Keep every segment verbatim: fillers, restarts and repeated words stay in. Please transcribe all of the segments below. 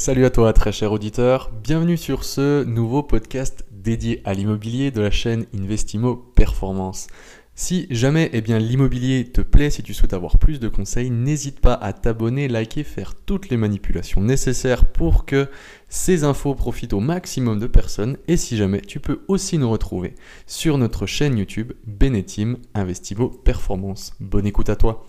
Salut à toi très cher auditeur, bienvenue sur ce nouveau podcast dédié à l'immobilier de la chaîne Investimo Performance. Si jamais eh bien, l'immobilier te plaît, si tu souhaites avoir plus de conseils, n'hésite pas à t'abonner, liker, faire toutes les manipulations nécessaires pour que ces infos profitent au maximum de personnes. Et si jamais, tu peux aussi nous retrouver sur notre chaîne YouTube Beneteam Investimo Performance. Bonne écoute à toi.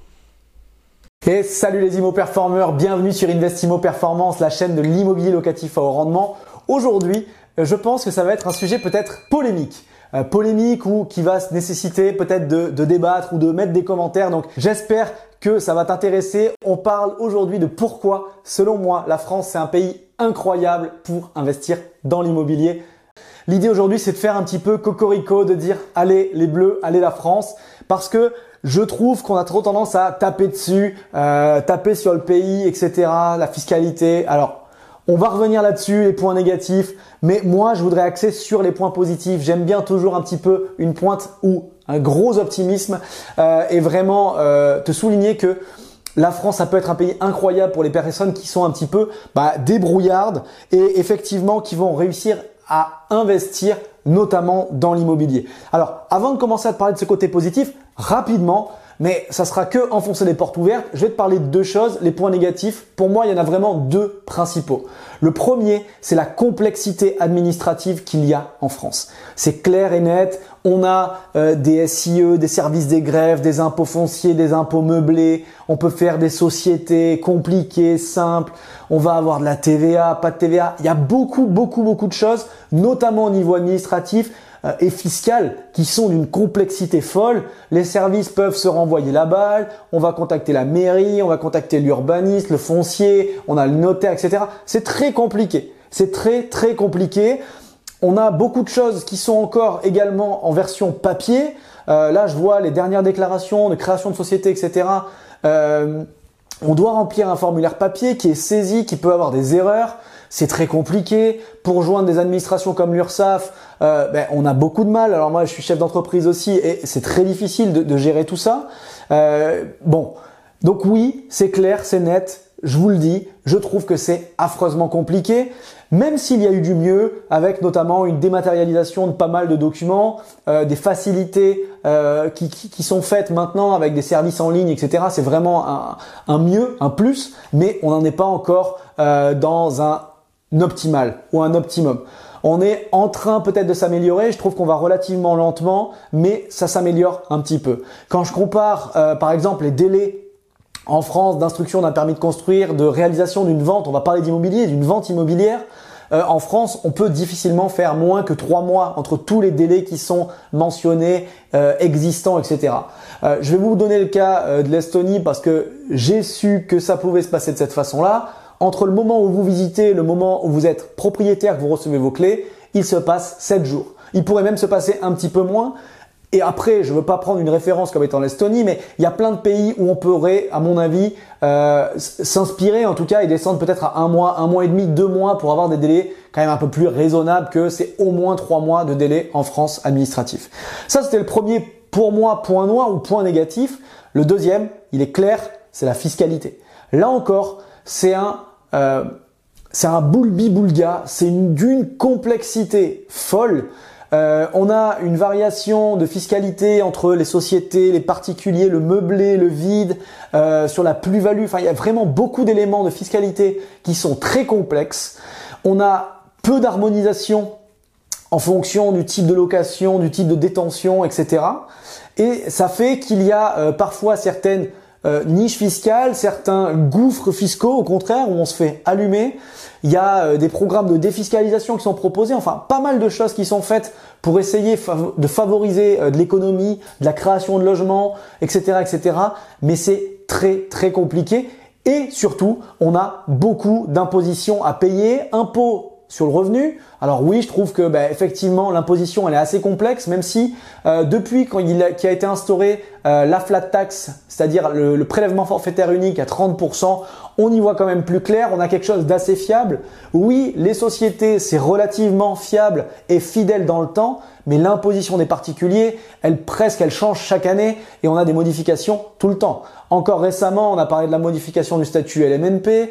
Et salut les Immo Performeurs, bienvenue sur Investimo Performance, la chaîne de l'immobilier locatif à haut rendement. Aujourd'hui, je pense que ça va être un sujet peut-être polémique. Euh, polémique ou qui va nécessiter peut-être de, de débattre ou de mettre des commentaires. Donc j'espère que ça va t'intéresser. On parle aujourd'hui de pourquoi, selon moi, la France c'est un pays incroyable pour investir dans l'immobilier. L'idée aujourd'hui c'est de faire un petit peu cocorico, de dire allez les Bleus, allez la France, parce que je trouve qu'on a trop tendance à taper dessus, euh, taper sur le pays, et cetera, la fiscalité. Alors, on va revenir là-dessus, les points négatifs, mais moi, je voudrais axer sur les points positifs. J'aime bien toujours un petit peu une pointe ou un gros optimisme euh, et vraiment euh, te souligner que la France, ça peut être un pays incroyable pour les personnes qui sont un petit peu bah, débrouillardes et effectivement qui vont réussir à investir notamment dans l'immobilier. Alors, avant de commencer à te parler de ce côté positif, rapidement, mais ça sera que enfoncer les portes ouvertes, je vais te parler de deux choses, les points négatifs. Pour moi, il y en a vraiment deux principaux. Le premier, c'est la complexité administrative qu'il y a en France. C'est clair et net. On a euh, des S I E, des services des greffes, des impôts fonciers, des impôts meublés. On peut faire des sociétés compliquées, simples. On va avoir de la T V A, pas de T V A. Il y a beaucoup, beaucoup, beaucoup de choses, notamment au niveau administratif et fiscales qui sont d'une complexité folle. Les services peuvent se renvoyer la balle, on va contacter la mairie, on va contacter l'urbaniste, le foncier, on a le notaire, et cetera. C'est très compliqué, c'est très très compliqué. On a beaucoup de choses qui sont encore également en version papier. Euh, là, je vois les dernières déclarations de création de société, et cetera. Euh, on doit remplir un formulaire papier qui est saisi, qui peut avoir des erreurs. C'est très compliqué. Pour joindre des administrations comme l'URSSAF, euh, ben, on a beaucoup de mal. Alors moi, je suis chef d'entreprise aussi et c'est très difficile de, de gérer tout ça. Euh, bon, donc oui, c'est clair, c'est net. Je vous le dis, je trouve que c'est affreusement compliqué. Même s'il y a eu du mieux, avec notamment une dématérialisation de pas mal de documents, euh, des facilités euh, qui, qui, qui sont faites maintenant avec des services en ligne, et cetera. C'est vraiment un, un mieux, un plus, mais on n'en est pas encore euh, dans un optimal ou un optimum. On est en train peut-être de s'améliorer, je trouve qu'on va relativement lentement, mais ça s'améliore un petit peu. Quand je compare euh, par exemple les délais en France d'instruction d'un permis de construire, de réalisation d'une vente, on va parler d'immobilier, d'une vente immobilière, euh, en France on peut difficilement faire moins que trois mois entre tous les délais qui sont mentionnés, euh, existants, et cetera. Euh, je vais vous donner le cas euh, de l'Estonie parce que j'ai su que ça pouvait se passer de cette façon-là. Entre le moment où vous visitez et le moment où vous êtes propriétaire, que vous recevez vos clés, il se passe sept jours. Il pourrait même se passer un petit peu moins. Et après, je ne veux pas prendre une référence comme étant l'Estonie, mais il y a plein de pays où on pourrait, à mon avis, euh, s'inspirer en tout cas et descendre peut-être à un mois, un mois et demi, deux mois pour avoir des délais quand même un peu plus raisonnables que c'est au moins trois mois de délai en France administratif. Ça, c'était le premier, pour moi, point noir ou point négatif. Le deuxième, il est clair, c'est la fiscalité. Là encore, c'est un Euh, c'est un boulbi-boulga, c'est d'une complexité folle. Euh, on a une variation de fiscalité entre les sociétés, les particuliers, le meublé, le vide, euh, sur la plus-value. Enfin, il y a vraiment beaucoup d'éléments de fiscalité qui sont très complexes. On a peu d'harmonisation en fonction du type de location, du type de détention, et cetera. Et ça fait qu'il y a euh, parfois certaines Euh, niche fiscale, certains gouffres fiscaux au contraire où on se fait allumer. Il y a euh, des programmes de défiscalisation qui sont proposés, enfin pas mal de choses qui sont faites pour essayer fav- de favoriser euh, de l'économie, de la création de logements, et cetera, et cetera. Mais c'est très très compliqué et surtout on a beaucoup d'impositions à payer, impôts sur le revenu. Alors oui, je trouve que bah, effectivement l'imposition elle est assez complexe, même si euh, depuis quand il a, qui a été instauré euh, la flat tax, c'est-à-dire le, le prélèvement forfaitaire unique à trente pour cent, on y voit quand même plus clair, on a quelque chose d'assez fiable. Oui, les sociétés, c'est relativement fiable et fidèle dans le temps, mais l'imposition des particuliers, elle presque, elle change chaque année et on a des modifications tout le temps. Encore récemment, on a parlé de la modification du statut L M N P,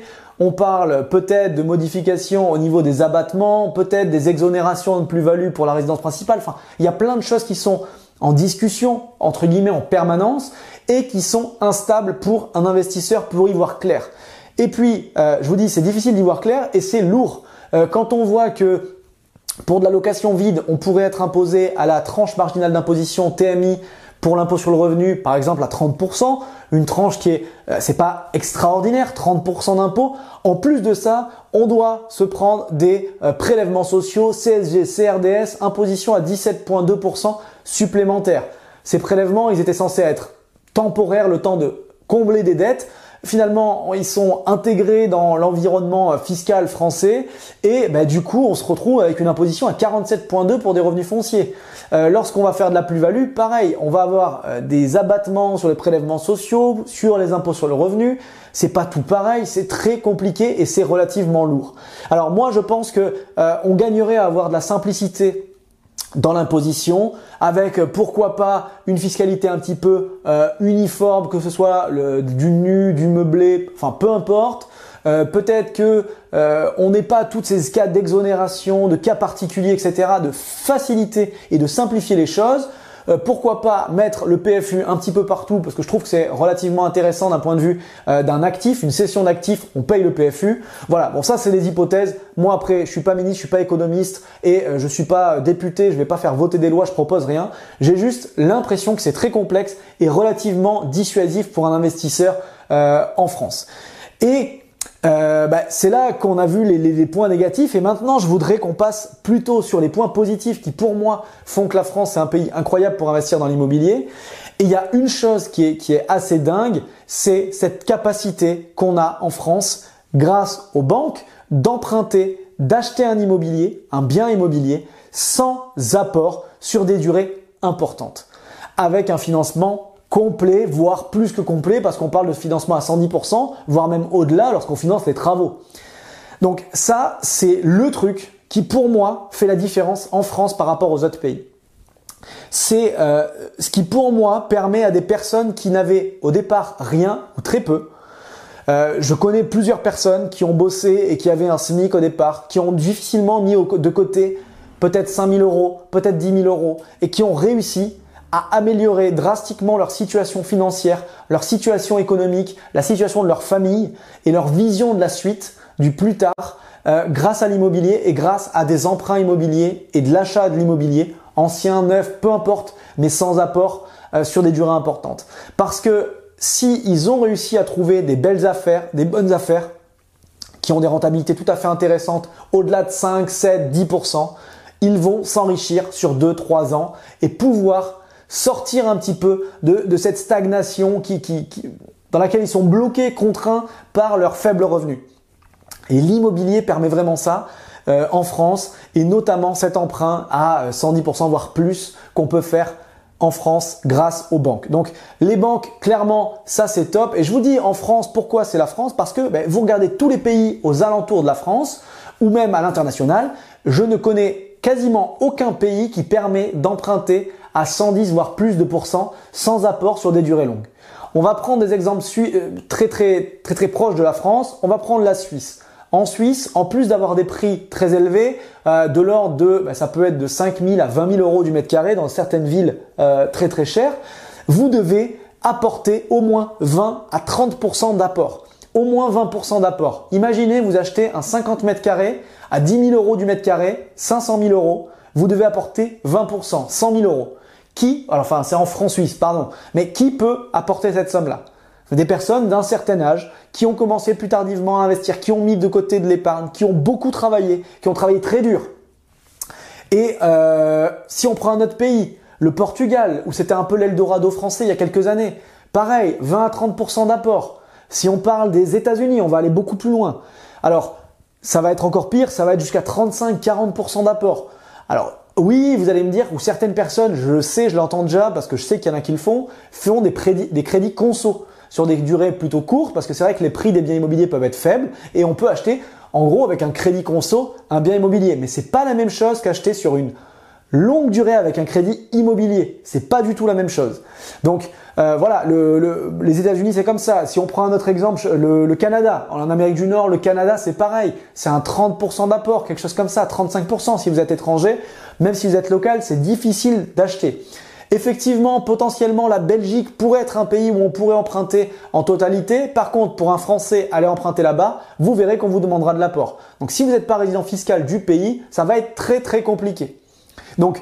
on parle peut-être de modifications au niveau des abattements, peut-être des exonérations de plus-value pour la résidence principale. Enfin, il y a plein de choses qui sont en discussion, entre guillemets, en permanence et qui sont instables pour un investisseur pour y voir clair. Et puis, euh, je vous dis, c'est difficile d'y voir clair et c'est lourd. Euh, quand on voit que pour de la location vide, on pourrait être imposé à la tranche marginale d'imposition T M I pour l'impôt sur le revenu, par exemple à trente pour cent, une tranche qui est, euh, c'est pas extraordinaire, trente pour cent d'impôt. En plus de ça, on doit se prendre des euh, prélèvements sociaux, C S G, C R D S, imposition à dix-sept virgule deux pour cent supplémentaires. Ces prélèvements, ils étaient censés être temporaires, le temps de combler des dettes. Finalement, ils sont intégrés dans l'environnement fiscal français et bah, du coup, on se retrouve avec une imposition à quarante-sept virgule deux pour des revenus fonciers. Euh, lorsqu'on va faire de la plus-value, pareil, on va avoir euh, des abattements sur les prélèvements sociaux, sur les impôts sur le revenu. C'est pas tout pareil, c'est très compliqué et c'est relativement lourd. Alors moi, je pense que euh, on gagnerait à avoir de la simplicité dans l'imposition, avec pourquoi pas une fiscalité un petit peu euh, uniforme, que ce soit le, du nu, du meublé, enfin peu importe. Euh, peut-être que euh, on n'ait pas toutes ces cas d'exonération, de cas particuliers, et cetera, de faciliter et de simplifier les choses. Euh, pourquoi pas mettre le P F U un petit peu partout, parce que je trouve que c'est relativement intéressant d'un point de vue euh, d'un actif, une cession d'actifs, on paye le P F U. Voilà, bon ça c'est des hypothèses. Moi après, je suis pas ministre, je suis pas économiste et euh, je suis pas député, je vais pas faire voter des lois, je propose rien. J'ai juste l'impression que c'est très complexe et relativement dissuasif pour un investisseur euh, en France. Et Euh, bah, c'est là qu'on a vu les, les, les points négatifs et maintenant je voudrais qu'on passe plutôt sur les points positifs qui pour moi font que la France est un pays incroyable pour investir dans l'immobilier. Et il y a une chose qui est, qui est assez dingue, c'est cette capacité qu'on a en France grâce aux banques d'emprunter, d'acheter un immobilier, un bien immobilier sans apport sur des durées importantes avec un financement complet, voire plus que complet, parce qu'on parle de financement à cent dix pour cent, voire même au-delà lorsqu'on finance les travaux. Donc ça, c'est le truc qui pour moi fait la différence en France par rapport aux autres pays. C'est euh, ce qui pour moi permet à des personnes qui n'avaient au départ rien ou très peu. Euh, je connais plusieurs personnes qui ont bossé et qui avaient un SMIC au départ, qui ont difficilement mis au, de côté peut-être cinq mille euros, peut-être dix mille euros et qui ont réussi à améliorer drastiquement leur situation financière, leur situation économique, la situation de leur famille et leur vision de la suite, du plus tard, euh, grâce à l'immobilier et grâce à des emprunts immobiliers et de l'achat de l'immobilier, ancien, neuf, peu importe, mais sans apport euh, sur des durées importantes. Parce que si ils ont réussi à trouver des belles affaires, des bonnes affaires, qui ont des rentabilités tout à fait intéressantes, au-delà de cinq, sept, dix pour cent, ils vont s'enrichir sur deux, trois ans et pouvoir sortir un petit peu de, de cette stagnation qui, qui, qui, dans laquelle ils sont bloqués, contraints par leurs faibles revenus. Et l'immobilier permet vraiment ça euh, en France et notamment cet emprunt à cent dix pour cent voire plus qu'on peut faire en France grâce aux banques. Donc les banques, clairement, ça c'est top. Et je vous dis en France, pourquoi c'est la France? Parce que ben, vous regardez tous les pays aux alentours de la France ou même à l'international, je ne connais quasiment aucun pays qui permet d'emprunter à cent dix voire plus de pourcents sans apport sur des durées longues. On va prendre des exemples très très très très proches de la France. On va prendre la Suisse. En Suisse, en plus d'avoir des prix très élevés, euh, de l'ordre de, bah, ça peut être de cinq mille à vingt mille euros du mètre carré dans certaines villes euh, très très chères, vous devez apporter au moins vingt à trente pour cent d'apport. Au moins vingt pour cent d'apport. Imaginez, vous achetez un cinquante mètres carrés à dix mille euros du mètre carré, cinq cent mille euros. Vous devez apporter vingt pour cent, cent mille euros. Qui, alors, enfin c'est en francs suisses, pardon, mais qui peut apporter cette somme-là? Des personnes d'un certain âge qui ont commencé plus tardivement à investir, qui ont mis de côté de l'épargne, qui ont beaucoup travaillé, qui ont travaillé très dur. Et euh, si on prend un autre pays, le Portugal, où c'était un peu l'Eldorado français il y a quelques années, pareil, vingt à trente pour cent d'apport. Si on parle des États-Unis, on va aller beaucoup plus loin. Alors, ça va être encore pire, ça va être jusqu'à trente-cinq à quarante pour cent d'apport. Alors, oui, vous allez me dire, ou certaines personnes, je le sais, je l'entends déjà parce que je sais qu'il y en a qui le font, font des, prédits, des crédits conso sur des durées plutôt courtes parce que c'est vrai que les prix des biens immobiliers peuvent être faibles et on peut acheter en gros avec un crédit conso un bien immobilier. Mais c'est pas la même chose qu'acheter sur une longue durée avec un crédit immobilier. C'est pas du tout la même chose. Donc euh, voilà, le, le, les États-Unis c'est comme ça. Si on prend un autre exemple, le, le Canada, en Amérique du Nord, le Canada c'est pareil. C'est un trente pour cent d'apport, quelque chose comme ça, trente-cinq pour cent si vous êtes étranger. Même si vous êtes local, c'est difficile d'acheter. Effectivement, potentiellement, la Belgique pourrait être un pays où on pourrait emprunter en totalité. Par contre, pour un Français, aller emprunter là-bas, vous verrez qu'on vous demandera de l'apport. Donc, si vous n'êtes pas résident fiscal du pays, ça va être très très compliqué. Donc,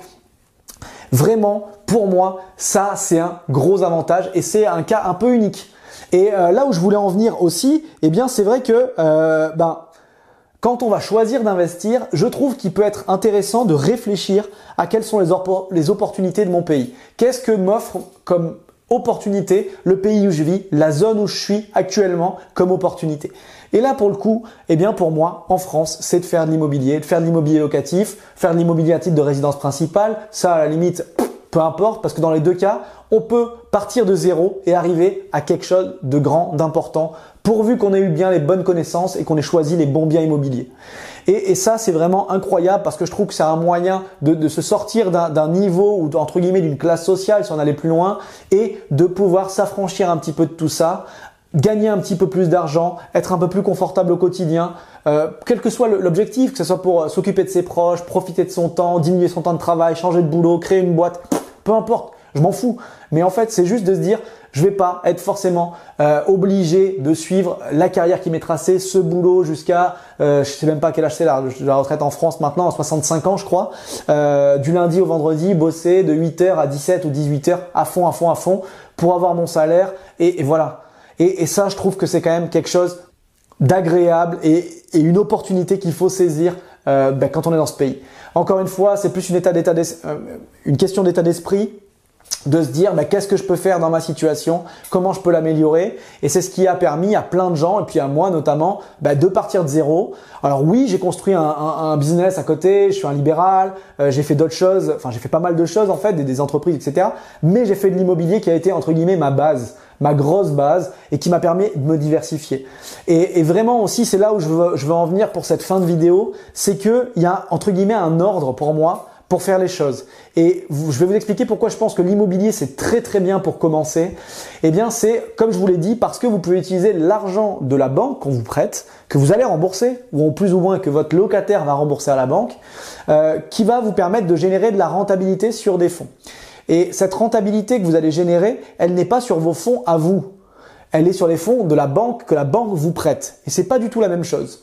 vraiment, pour moi, ça, c'est un gros avantage et c'est un cas un peu unique. Et euh, là où je voulais en venir aussi, eh bien, c'est vrai que euh, ben, quand on va choisir d'investir, je trouve qu'il peut être intéressant de réfléchir à quelles sont les, les opportunités de mon pays. Qu'est-ce que m'offre comme opportunité le pays où je vis, la zone où je suis actuellement comme opportunité. Et là, pour le coup, eh bien pour moi, en France, c'est de faire de l'immobilier, de faire de l'immobilier locatif, faire de l'immobilier à titre de résidence principale. Ça, à la limite, peu importe, parce que dans les deux cas, on peut partir de zéro et arriver à quelque chose de grand, d'important, pourvu qu'on ait eu bien les bonnes connaissances et qu'on ait choisi les bons biens immobiliers. Et, et ça, c'est vraiment incroyable parce que je trouve que c'est un moyen de, de se sortir d'un niveau ou entre guillemets d'une classe sociale si on allait plus loin et de pouvoir s'affranchir un petit peu de tout ça, gagner un petit peu plus d'argent, être un peu plus confortable au quotidien, euh, quel que soit l'objectif, que ce soit pour s'occuper de ses proches, profiter de son temps, diminuer son temps de travail, changer de boulot, créer une boîte, peu importe, je m'en fous. Mais en fait, c'est juste de se dire, je vais pas être forcément euh, obligé de suivre la carrière qui m'est tracée, ce boulot jusqu'à, euh, je sais même pas à quel âge c'est là, la retraite en France maintenant, à soixante-cinq ans je crois, euh, du lundi au vendredi, bosser de huit heures à dix-sept ou dix-huit heures à fond, à fond, à fond, pour avoir mon salaire et, et voilà. Et, et ça, je trouve que c'est quand même quelque chose d'agréable et, et une opportunité qu'il faut saisir euh, ben, quand on est dans ce pays. Encore une fois, c'est plus une, état d'état euh, une question d'état d'esprit, de se dire bah, qu'est-ce que je peux faire dans ma situation, comment je peux l'améliorer. Et c'est ce qui a permis à plein de gens, et puis à moi notamment, bah, de partir de zéro. Alors oui, j'ai construit un, un, un business à côté, je suis un libéral, euh, j'ai fait d'autres choses, enfin j'ai fait pas mal de choses en fait, des, des entreprises, et cetera. Mais j'ai fait de l'immobilier qui a été entre guillemets ma base, ma grosse base, et qui m'a permis de me diversifier. Et, et vraiment aussi, c'est là où je veux, je veux en venir pour cette fin de vidéo, c'est que il y a entre guillemets un ordre pour moi pour faire les choses. Et je vais vous expliquer pourquoi je pense que l'immobilier c'est très très bien pour commencer. Eh bien c'est, comme je vous l'ai dit, parce que vous pouvez utiliser l'argent de la banque qu'on vous prête, que vous allez rembourser, ou en plus ou moins que votre locataire va rembourser à la banque, euh, qui va vous permettre de générer de la rentabilité sur des fonds. Et cette rentabilité que vous allez générer, elle n'est pas sur vos fonds à vous. Elle est sur les fonds de la banque que la banque vous prête. Et c'est pas du tout la même chose.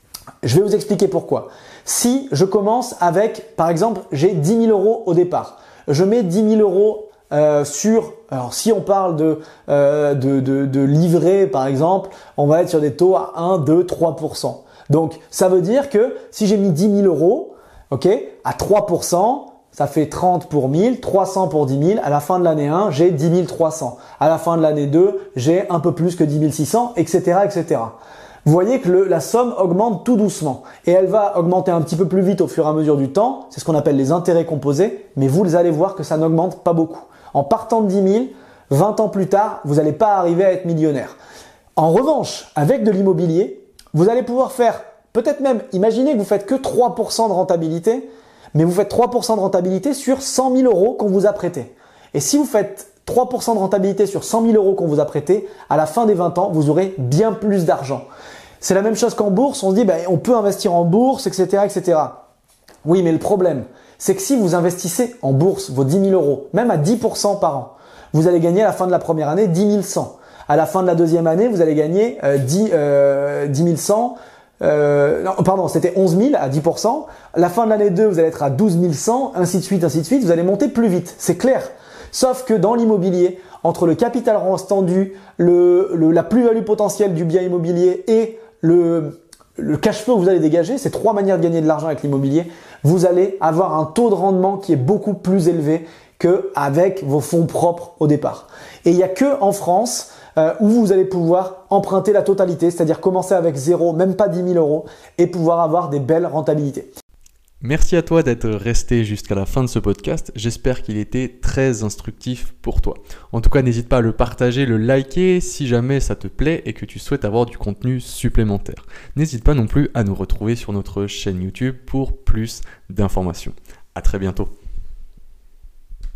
Je vais vous expliquer pourquoi. Si je commence avec, par exemple, j'ai dix mille euros au départ, je mets dix mille euros euh, sur, alors si on parle de, euh, de, de, de livret par exemple, on va être sur des taux à un, deux, trois pour cent. Donc ça veut dire que si j'ai mis dix mille euros, ok, à trois pour cent, ça fait trente pour mille, trois cents pour dix mille. À la fin de l'année un, j'ai dix mille trois cents. À la fin de l'année deux, j'ai un peu plus que dix mille six cents, et cetera, et cetera. Vous voyez que le, la somme augmente tout doucement et elle va augmenter un petit peu plus vite au fur et à mesure du temps. C'est ce qu'on appelle les intérêts composés, mais vous allez voir que ça n'augmente pas beaucoup. En partant de dix mille, vingt ans plus tard, vous n'allez pas arriver à être millionnaire. En revanche, avec de l'immobilier, vous allez pouvoir faire, peut-être même, imaginez que vous faites que trois pour cent de rentabilité, mais vous faites trois pour cent de rentabilité sur cent mille euros qu'on vous a prêté. Et si vous faites trois pour cent de rentabilité sur cent mille euros qu'on vous a prêté, à la fin des vingt ans, vous aurez bien plus d'argent. C'est la même chose qu'en bourse, on se dit ben, on peut investir en bourse, et cetera, et cetera. Oui, mais le problème, c'est que si vous investissez en bourse vos dix mille euros, même à dix pour cent par an, vous allez gagner à la fin de la première année dix mille cent. À la fin de la deuxième année, vous allez gagner euh, dix, euh, dix mille cent. Euh, non, pardon, c'était onze mille à dix pour cent. À la fin de l'année deux, vous allez être à douze mille cent, ainsi de suite, ainsi de suite. Vous allez monter plus vite, c'est clair. Sauf que dans l'immobilier, entre le capital rendu, le, le, la plus-value potentielle du bien immobilier et le, le cash flow que vous allez dégager, c'est trois manières de gagner de l'argent avec l'immobilier, vous allez avoir un taux de rendement qui est beaucoup plus élevé qu'avec vos fonds propres au départ. Et il n'y a que en France euh, où vous allez pouvoir emprunter la totalité, c'est-à-dire commencer avec zéro, même pas dix mille euros, et pouvoir avoir des belles rentabilités. Merci à toi d'être resté jusqu'à la fin de ce podcast. J'espère qu'il était très instructif pour toi. En tout cas, n'hésite pas à le partager, le liker si jamais ça te plaît et que tu souhaites avoir du contenu supplémentaire. N'hésite pas non plus à nous retrouver sur notre chaîne YouTube pour plus d'informations. À très bientôt.